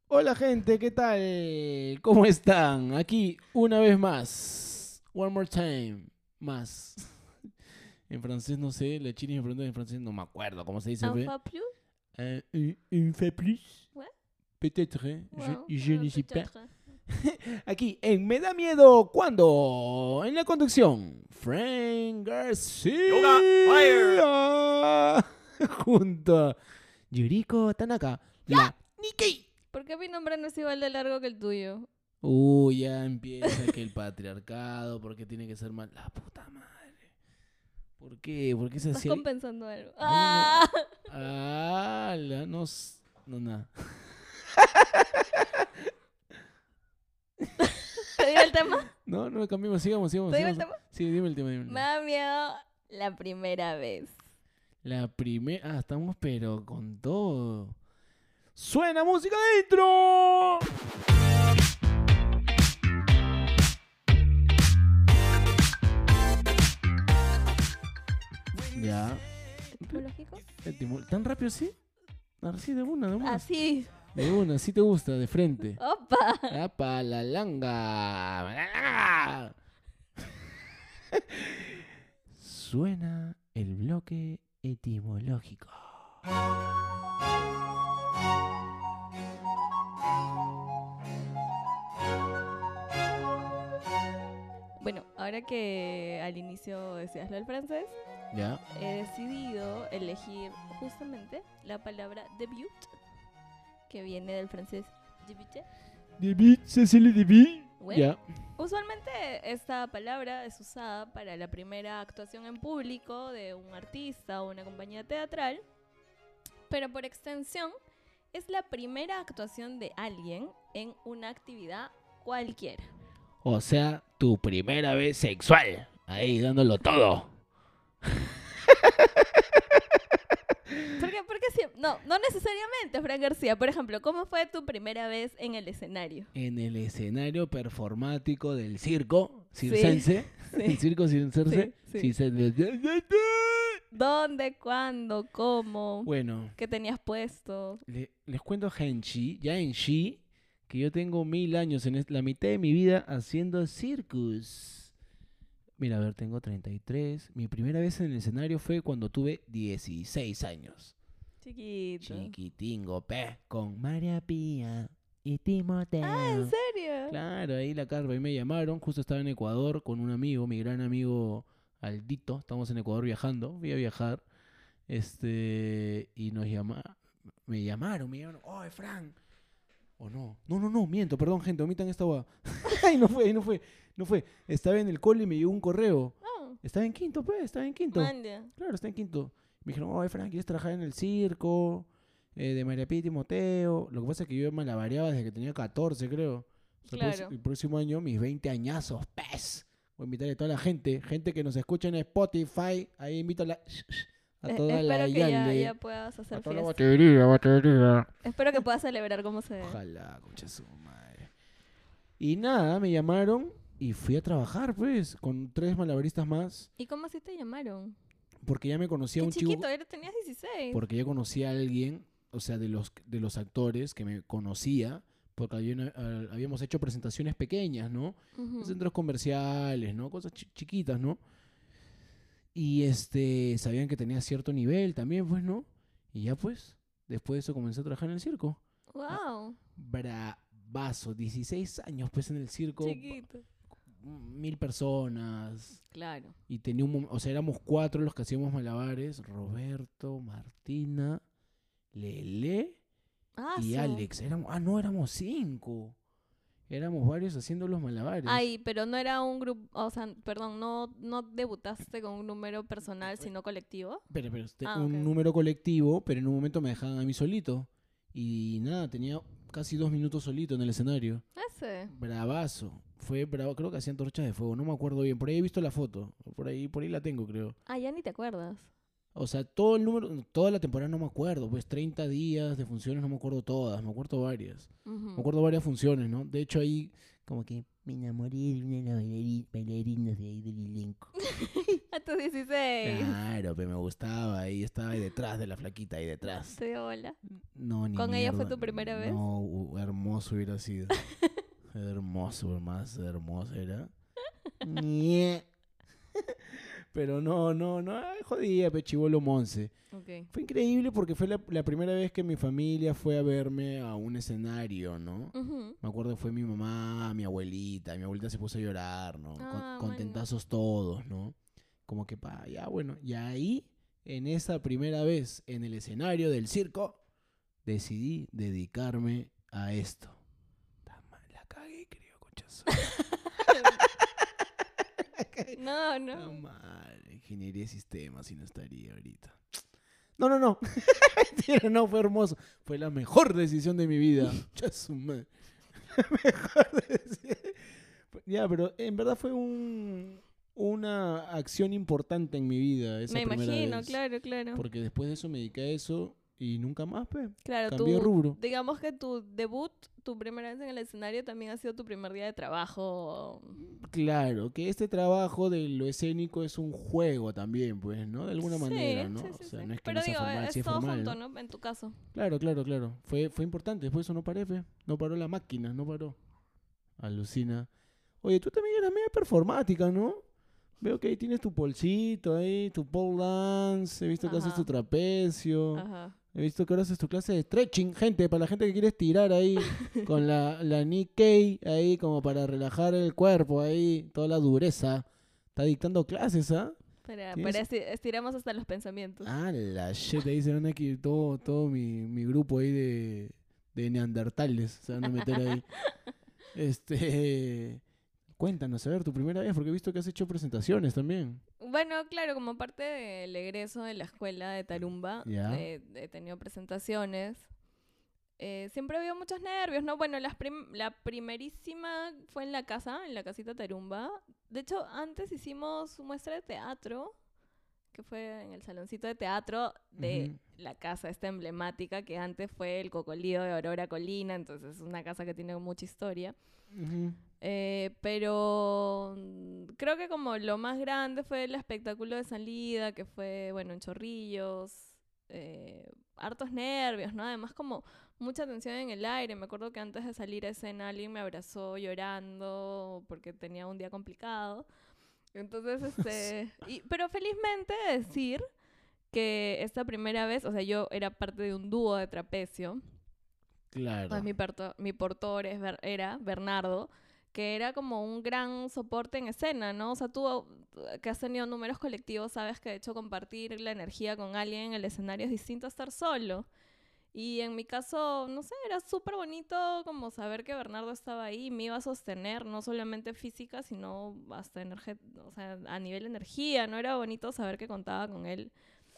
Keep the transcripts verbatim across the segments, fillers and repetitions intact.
Hola gente, ¿qué tal? ¿Cómo están? Aquí una vez más. One more time. Más. En francés no sé, la china me pregunta en francés, no me acuerdo cómo se dice. Un Fe. fois plus? Euh, un, un fait plus. Ouais. Peut-être, hein, je, Wow, je euh, ne sais pas. peut-être. Aquí en Me da miedo cuando en la conducción Frank García Yoga Fire. junto a Yuriko Tanaka, la Nikkei. ¿Por qué mi nombre no es igual de largo que el tuyo? Uy, ya empieza que el patriarcado, ¿por qué tiene que ser mal? La puta madre. ¿Por qué? ¿Por qué es Estás así? compensando algo. A mí me- ¡Ah! Ah, la, no, s- no, nada. ¿Te digo el tema? No, no, cambiemos, sigamos, sigamos. ¿Te digo el sigamos. tema? Sí, dime el tema, dime el Me tema. da miedo la primera vez. La primera. Ah, estamos pero con todo. ¡Suena música dentro! Ya. ¿Etimológico? Etimol- ¿Tan rápido así? Ah, sí, de una, de una. Así. De una, sí te gusta, de frente. ¡Opa! ¡Apa, la langa! ¡La langa! Suena el bloque etimológico. Bueno, ahora que al inicio decías lo del francés, ¿Ya? he decidido elegir justamente la palabra debut, que viene del francés débuter. Debut, Cecily Debut. Bueno, Ya. usualmente esta palabra es usada para la primera actuación en público de un artista o una compañía teatral, pero por extensión es la primera actuación de alguien en una actividad cualquiera. O sea, tu primera vez sexual. Ahí, dándolo todo. Porque, porque sí, no, no necesariamente, Fran García. Por ejemplo, ¿cómo fue tu primera vez en el escenario? En el escenario performático del circo circense. Sí. El circo circense. Sí, sí. Circense. ¿Dónde, cuándo, cómo? Bueno, ¿Qué tenías puesto? le- les cuento Henshi, ya en Shi, que yo tengo mil años, en es- la mitad de mi vida haciendo circus. Mira, a ver, tengo treinta y tres. Mi primera vez en el escenario fue cuando tuve dieciséis años. Chiquito. Chiquitingo, pe, con María Pía y Timoteo. Ah, ¿en serio? Claro, ahí la carpa, ahí me llamaron. Justo estaba en Ecuador con un amigo, mi gran amigo Aldito. Estamos en Ecuador viajando, fui a viajar. Este, y nos llama, me llamaron, me llamaron. ¡Oh, Fran! ¿O no? No, no, no, miento, perdón, gente, omitan esta hueá. Ay, no fue, ahí no fue, no fue. Estaba en el cole y me llegó un correo. Oh, Estaba en quinto, pues, estaba en quinto. manda. Claro, está en quinto. Me dijeron, oye, Fran, ¿quieres trabajar en el circo? Eh, de María Pía y Timoteo. Lo que pasa es que yo me malabareaba desde que tenía catorce, creo. O sea, el, Claro. prox- el próximo año, mis veinte añazos, pez. Voy a invitar a toda la gente, gente que nos escucha en Spotify. Ahí invito a, la, a Eh, toda la espero que ya, yale, ya puedas hacer a toda la fiesta. batería, batería. Espero que puedas celebrar como se debe. Ojalá, concha su madre. Y nada, me llamaron y fui a trabajar, pues, con tres malabaristas más. ¿Y cómo así te llamaron? Porque ya me conocía Qué un chiquito, chico. eres- tenías dieciséis. Porque ya conocía a alguien, o sea, de los, de los actores que me conocía, porque había una- ah, habíamos hecho presentaciones pequeñas, ¿no? Ujú. En centros comerciales, ¿no? Cosas chi- chiquitas, ¿no? Y este, sabían que tenía cierto nivel también, pues, ¿no? Y ya pues, después de eso comencé a trabajar en el circo. Wow, Bravazo, dieciséis años pues en el circo, chiquito. mil personas. Claro. Y tenía un, mom- o sea, éramos cuatro los que hacíamos malabares, Roberto, Martina, Lele Ah, y su- Alex. Éramos, ah, no, éramos cinco. Éramos varios haciendo los malabares. Ay, pero no era un grupo, o sea, perdón, no, no debutaste con un número personal, sino colectivo. Pero, pero este, Ah, un ok. número colectivo, pero en un momento me dejaban a mí solito. Y nada, tenía casi dos minutos solito en el escenario. Ese. Bravazo. Fue bravo, creo que hacían torchas de fuego, no me acuerdo bien. Por ahí he visto la foto. Por ahí, por ahí la tengo, creo. Ah, ya ni te acuerdas. O sea, todo el número, toda la temporada no me acuerdo. Pues treinta días de funciones no me acuerdo todas, me acuerdo varias. Ujú. Me acuerdo varias funciones, ¿no? De hecho ahí como que me enamoré de una de las bailari- bailarinas de ahí del elenco. A tus dieciséis. Claro, pero me gustaba. Ahí estaba ahí detrás de la flaquita, ahí detrás. Te dio bola. No, ni ¿Con ella fue mierda. tu primera vez? No, u- hermoso hubiera sido. Hermoso, más hermoso era. Ñe. Pero no, no, no, ay, jodía, pe chibolo Monse. Ok. Fue increíble porque fue la, la primera vez que mi familia fue a verme a un escenario, ¿no? Ujú. Me acuerdo que fue mi mamá, mi abuelita, mi abuelita se puso a llorar, ¿no? Con- Ah, contentazos todos, ¿no? Como que, pa, ya bueno, y ahí, en esa primera vez en el escenario del circo, decidí dedicarme a esto. Ta ma- La cagué, creo, conchazo. No, No, no. madre, ingeniería de sistemas y no estaría ahorita. No, no, no. Mentira, no, fue hermoso. Fue la mejor decisión de mi vida. Ya su madre. La mejor decisión. Ya, pero en verdad fue un, una acción importante en mi vida esa Me primera imagino, vez. claro, claro. Porque después de eso me dediqué a eso y nunca más, pe. Claro, Cambié de tu, rubro. digamos que tu debut, tu primera vez en el escenario también ha sido tu primer día de trabajo. Claro, que este trabajo de lo escénico es un juego también, pues, ¿no? De alguna Sí, manera, ¿no? sí, o sí, sea, sí. no es que Pero no sea digo, formal, es sí es todo formal, junto, ¿no? ¿no? En tu caso. Claro, claro, claro. Fue, fue importante. Después eso no paré, fe. No paró la máquina, no paró. Alucina. Oye, tú también eras media performática, ¿no? Veo que ahí tienes tu polcito ahí, tu pole dance. He visto que haces Ajá. tu trapecio. Ajá. He visto que ahora haces tu clase de stretching, gente, para la gente que quiere estirar ahí, con la, la Nikkei ahí, como para relajar el cuerpo ahí, toda la dureza. Está dictando clases, ¿ah? Para, ¿Tienes- para esti- estiramos hasta los pensamientos. Ah, la shit, ahí se van aquí todo, todo mi, mi grupo ahí de, de neandertales, se van a meter ahí. Este, cuéntanos, a ver, tu primera vez, porque he visto que has hecho presentaciones también. Bueno, claro, como parte del egreso de la escuela de Tarumba, Ya. eh, he tenido presentaciones. Eh, siempre había muchos nervios, ¿no? Bueno, las prim- la primerísima fue en la casa, en la casita Tarumba. De hecho, antes hicimos muestra de teatro, que fue en el saloncito de teatro de Ujú. la casa esta emblemática, que antes fue el Cocolío de Aurora Colina, entonces es una casa que tiene mucha historia. Ujú. Eh, pero mm, creo que como lo más grande fue el espectáculo de salida, que fue, bueno, en Chorrillos, eh, hartos nervios, ¿no? Además como mucha tensión en el aire. Me acuerdo que antes de salir a escena alguien me abrazó llorando porque tenía un día complicado. Entonces, este... y- pero felizmente decir que esta primera vez, o sea, yo era parte de un dúo de trapecio. Claro. Entonces mi, parto- mi portor es Ber- era Bernardo, que era como un gran soporte en escena, ¿no? O sea, tú uh, que has tenido números colectivos, sabes que de hecho compartir la energía con alguien en el escenario es distinto a estar solo. Y en mi caso, no sé, era súper bonito como saber que Bernardo estaba ahí y me iba a sostener, no solamente física, sino hasta energe- o sea, a nivel energía, ¿no? Era bonito saber que contaba con él.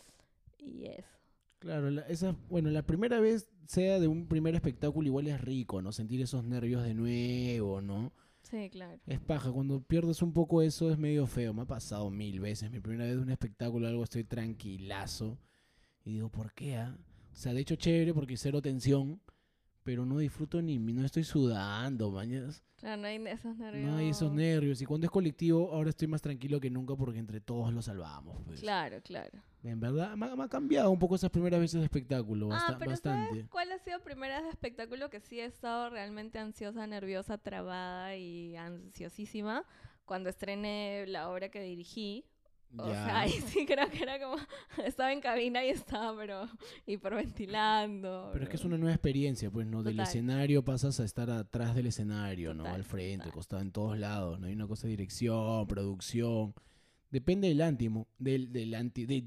Y eso. Claro, la- esa, bueno, la primera vez, sea de un primer espectáculo, igual es rico, ¿no? Sentir esos nervios de nuevo, ¿no? Sí, claro. Es paja, cuando pierdes un poco eso es medio feo. Me ha pasado mil veces. Mi primera vez de un espectáculo, algo estoy tranquilazo. Y digo, ¿por qué? ah? O sea, de hecho chévere porque cero tensión, pero no disfruto ni, no estoy sudando, mañas. Claro, no hay esos nervios. No hay esos nervios. Y cuando es colectivo, ahora estoy más tranquilo que nunca porque entre todos lo salvamos. Pues. Claro, claro. En verdad, me, ha- me ha cambiado un poco esas primeras veces de espectáculo, Ah, basta- pero bastante. ¿sabes cuál ha sido primera de espectáculo que sí he estado realmente ansiosa, nerviosa, trabada y ansiosísima? Cuando estrené la obra que dirigí. O Ya. sea, ahí sí creo que era como... Estaba en cabina y estaba, pero hiperventilando. Pero es que es bro. una nueva experiencia, pues, ¿no? Del Total. escenario pasas a estar atrás del escenario, ¿no? Total, Al frente, total. costado en todos lados, ¿no? Hay una cosa de dirección, producción. Depende del ántimo, del, del anti... de-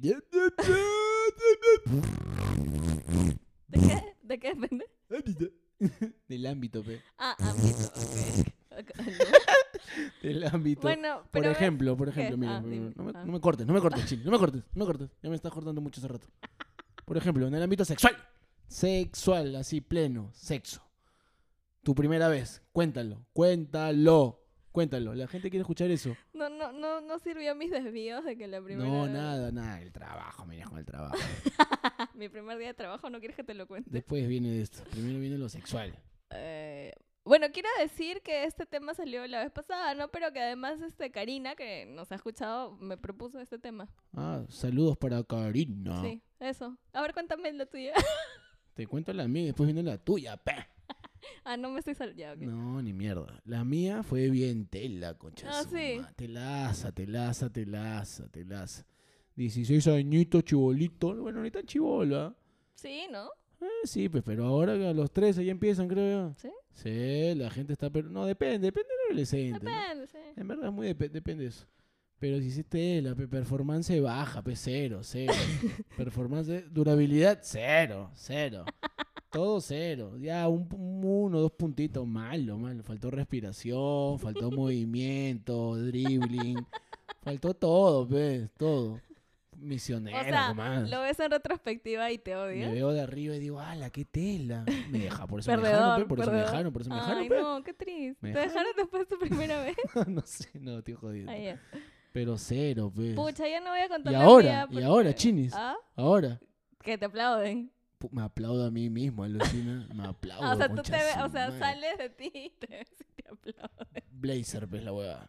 ¿De qué? ¿De qué depende? del ámbito, pe. Ah, ámbito, ok. Del ámbito. Bueno, Por pero ves- ejemplo, por ¿qué? ejemplo, mira, Ah, no, dime. me, Ah. no me cortes, no me cortes, Chile, no me cortes, no me cortes. Ya me estás cortando mucho hace rato. Por ejemplo, en el ámbito sexual. Sexual, así pleno, sexo. Tu primera vez, cuéntalo, cuéntalo, cuéntalo. La gente quiere escuchar eso. No, no, no, no sirvió mis desvíos de que la primera No, vez- nada, nada, el trabajo, mira con el trabajo. Mi primer día de trabajo, ¿no quieres que te lo cuente? Después viene esto, primero viene lo sexual. Eh, Bueno, quiero decir que este tema salió la vez pasada, ¿no? Pero que además este Karina, que nos ha escuchado, me propuso este tema. Ah, saludos para Karina. Sí, eso. A ver, cuéntame la tuya. Te cuento la mía y después viene la tuya, pe. Ah, no me estoy saliendo. No, ni mierda. La mía fue bien tela, concha. Ah, su sí. ma- Telaza, telaza, telaza, telaza. dieciséis añitos, chibolito. Bueno, ni tan chibola. Sí, ¿no? Eh, sí, pues, pero ahora que a los trece ya empiezan, creo yo. ¿Sí? Sí, la gente está... Pero no, depende, depende del adolescente. ¿no? Depende, sí. En verdad es muy dep- depende de eso. Pero si hiciste la pe- performance baja, pues cero, cero. Performance, durabilidad, cero, cero. Todo cero. Ya un, un uno, dos puntitos, malo, malo. Faltó respiración, faltó movimiento, dribbling. Faltó todo, pues, todo. Misionero, O sea, comadre. lo ves en retrospectiva y te Me odias. veo de arriba y digo, ¡ala, qué tela! Me deja, por eso me Perdedor, dejaron, pe, por eso me perdedor. dejaron, por eso me dejaron, Ay, pe. no, qué triste. Me ¿Te dejaron después de tu primera vez? No sé, no, estoy jodiendo. Ah, ya. Pero cero, pues. Pucha, ya no voy a contar Y la ahora, mía y porque- ahora, chinis. ¿Ah? Ahora. Que te aplauden. Pu- Me aplaudo a mí mismo, alucina. Me aplaudo. Ah, o sea, tú concha te ves, su o sea, madre. sales de ti y te ves y te aplauden. Blazer, pues, la hueá.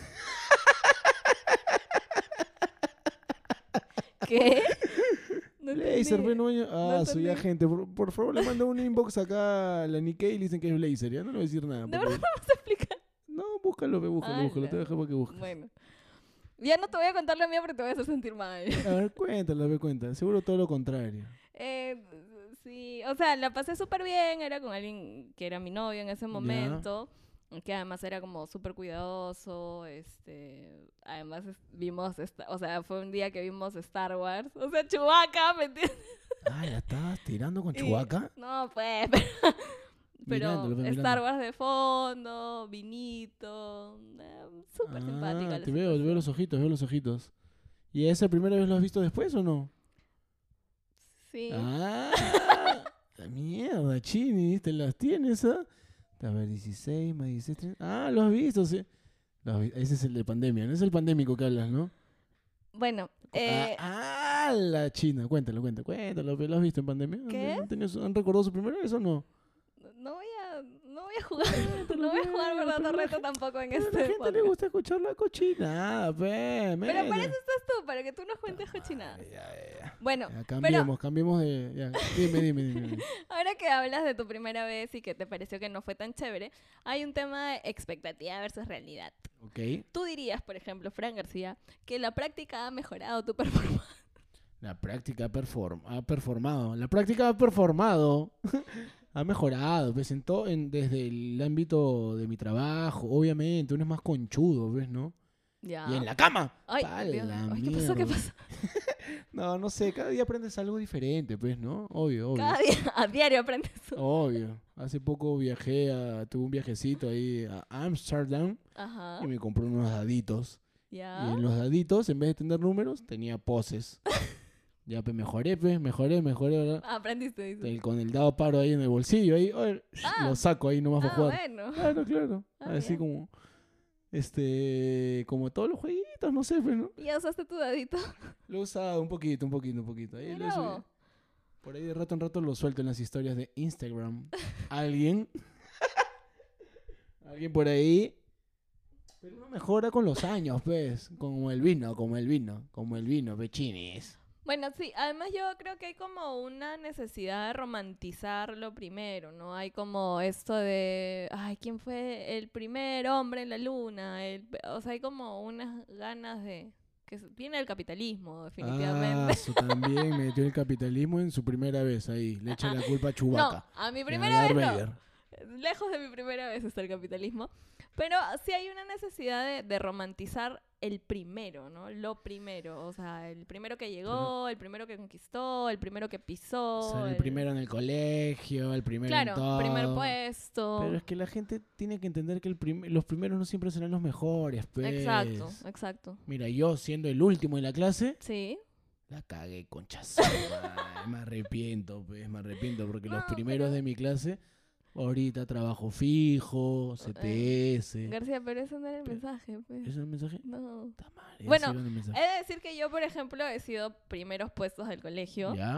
¿Qué? No Blazer, entendí. pues, no. yo- Ah, No soy ya entendí. gente. Por, por favor, le mando un inbox acá a la Nikkei y le dicen que es Blazer. Ya no le voy a decir nada. ¿De porque- verdad vamos a explicar? No, búscalo, ve, búscalo, búscalo. Ala. Te dejo para que busques. Bueno. Ya no te voy a contar la mía porque te voy a hacer sentir mal. A ver, cuéntala, ve, cuenta. Seguro todo lo contrario. Eh, sí, o sea, la pasé súper bien, era con alguien que era mi novio en ese momento, que además era como súper cuidadoso, este, además es- vimos, esta, o sea, fue un día que vimos Star Wars, o sea, Chewbacca, ¿me entiendes? Ah, ¿la estabas tirando con Y- Chewbacca? No, pues, pero, pero Mirándolo, ve, Star mirando. Wars de fondo, vinito, eh, súper simpática Ah, la te veo, te veo situación. los ojitos, veo los ojitos. ¿Y esa primera vez lo has visto después o no? Sí. Ah, la mierda, Chini, ¿te las tienes, ah? A ver, dieciséis más dieciséis, treinta. Ah, lo has visto, sí. Lo has vi- Ese es el de pandemia, no es el pandémico que hablas, ¿no? Bueno, eh, ah, ah, la China, cuéntalo, cuéntalo, cuéntalo, ¿lo has visto en pandemia? ¿Qué? ¿Han, tenido su- han recordado su primera vez o no? no voy a, no voy a jugar, no voy a jugar verdad pero no la reto tampoco en Pero a este la gente le podcast. gusta escuchar la cochinada, pe, Pero mete. para eso estás tú, para que tú nos cuentes cochinadas. Ya, ya, ya. Bueno, Ya, cambiemos, cambiemos de... Ya. Dime, dime, dime. dime. ahora que hablas de tu primera vez y que te pareció que no fue tan chévere, hay un tema de expectativa versus realidad. Ok. Tú dirías, por ejemplo, Fran García, que la práctica ha mejorado tu performance. La práctica perform ha performado. La práctica ha performado. Ha mejorado, pues, en todo, en, desde el ámbito de mi trabajo, obviamente. Uno es más conchudo, ¿ves, no? Ya. Y en la cama. Ay, ¡Pa' Dios. la Ay, ¿qué pasó? ¿Qué mierda! pasó? No, no sé, cada día aprendes algo diferente, pues, ¿no? Obvio, obvio. Cada día, a diario aprendes. Obvio. Hace poco viajé a, tuve un viajecito ahí a Amsterdam Ajá. y me compré unos daditos. Y Ya. en los daditos, en vez de tener números, tenía poses. Ya, pues mejoré, pues, mejoré, mejoré, ¿verdad? Ah, aprendiste, dice. El- con el dado paro ahí en el bolsillo, ahí, oye, Ah. lo saco ahí nomás Ah, para jugar. bueno. Claro, claro. Ah, Así ya. como, este, como todos los jueguitos, no sé, pues, ¿no? ¿Y ya usaste tu dadito? Lo he usado un poquito, un poquito, un poquito. Ahí lo he Mira subido. vos. Por ahí de rato en rato lo suelto en las historias de Instagram. ¿Alguien? ¿Alguien por ahí? Pero uno mejora con los años, pues. Como el vino, como el vino, como el vino, pechinis. Bueno, sí, además yo creo que hay como una necesidad de romantizarlo primero, ¿no? Hay como esto de, ay, ¿quién fue el primer hombre en la luna? El, o sea, hay como unas ganas de... que s- viene el capitalismo, definitivamente. Ah, su también metió el capitalismo en su primera vez ahí. Le echa la culpa a no, Chewbacca. a mi y a primera Darth vez no. Vader. Lejos de mi primera vez está el capitalismo. Pero sí hay una necesidad de, de romantizar el primero, ¿no? Lo primero. O sea, el primero que llegó, el primero que conquistó, el primero que pisó. O sea, el el- primero en el colegio, el primero en Claro, todo. primer puesto. Pero es que la gente tiene que entender que el prim- los primeros no siempre serán los mejores, pues. Exacto, exacto. Mira, yo siendo el último en la clase, Sí. la cagué con chazo. Me arrepiento, pues, me arrepiento porque los No, primeros pero- de mi clase, ahorita trabajo fijo, C T S. García, pero ese no era el Pero- mensaje. Pues. ¿Ese es el mensaje? No. Puta madre, Bueno, ese era el mensaje. He de decir que yo, por ejemplo, he sido primeros puestos del colegio. ¿Ya?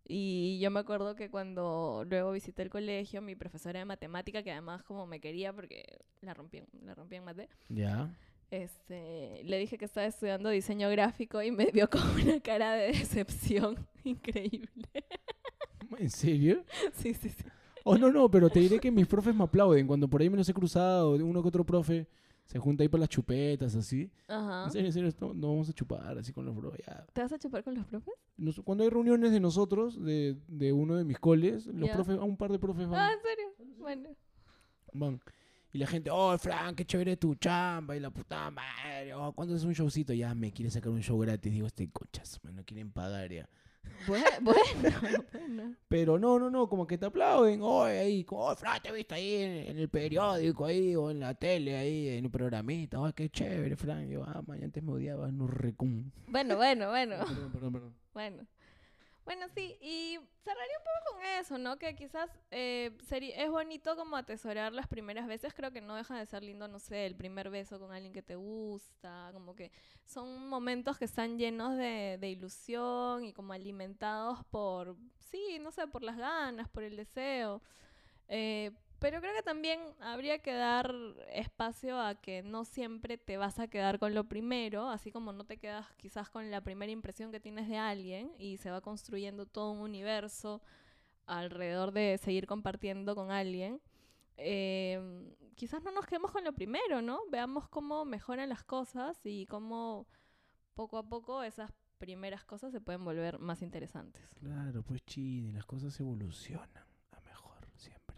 Y yo me acuerdo que cuando luego visité el colegio, mi profesora de matemática, que además como me quería porque la rompí, en- la rompí en mate, Ya. este, le dije que estaba estudiando diseño gráfico y me vio con una cara de decepción increíble. ¿En serio? Sí, sí, sí. Oh, no, no, pero te diré que mis profes me aplauden. Cuando por ahí me los he cruzado, uno que otro profe se junta ahí por las chupetas, así. Ajá. En serio, en serio, esto- no vamos a chupar así con los bro. Ya. ¿Te vas a chupar con los profes? Nos- cuando hay reuniones de nosotros, de, de uno de mis coles, los Ya. profes, a un par de profes van. Ah, ¿en serio? Bueno. van. Y la gente, oh, Frank, qué chévere tu chamba y la puta madre. Oh, ¿cuándo es un showcito? Ya me quiere sacar un show gratis. Digo, este conchas, man, no quieren pagar ya. Bueno, bueno, bueno. Pero no, no, no, como que te aplauden. Oh, ahí, oh, Frank, te he visto ahí en, en el periódico, ahí, o en la tele, ahí, en un programita. Oh, qué chévere, Frank. Yo, ah, man, antes me odiabas, no recum. Bueno, bueno, bueno. Perdón, perdón, perdón. Bueno. Bueno, sí, y cerraría un poco con eso, ¿no? Que quizás eh, sería, es bonito como atesorar las primeras veces, creo que no deja de ser lindo, no sé, el primer beso con alguien que te gusta, como que son momentos que están llenos de, de ilusión y como alimentados por, sí, no sé, por las ganas, por el deseo. Eh, pero creo que también habría que dar espacio a que no siempre te vas a quedar con lo primero, así como no te quedas quizás con la primera impresión que tienes de alguien y se va construyendo todo un universo alrededor de seguir compartiendo con alguien. Eh, quizás no nos quedemos con lo primero, ¿no? Veamos cómo mejoran las cosas y cómo poco a poco esas primeras cosas se pueden volver más interesantes. Claro, pues chini, las cosas evolucionan a mejor siempre.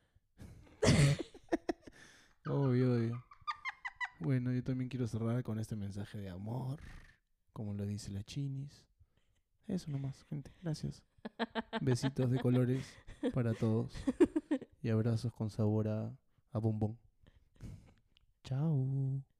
Obvio, obvio. Bueno, yo también quiero cerrar con este mensaje de amor, como lo dice la chinis. Eso nomás, gente. Gracias. Besitos de colores para todos. Y abrazos con sabor a, a bombón. Chao.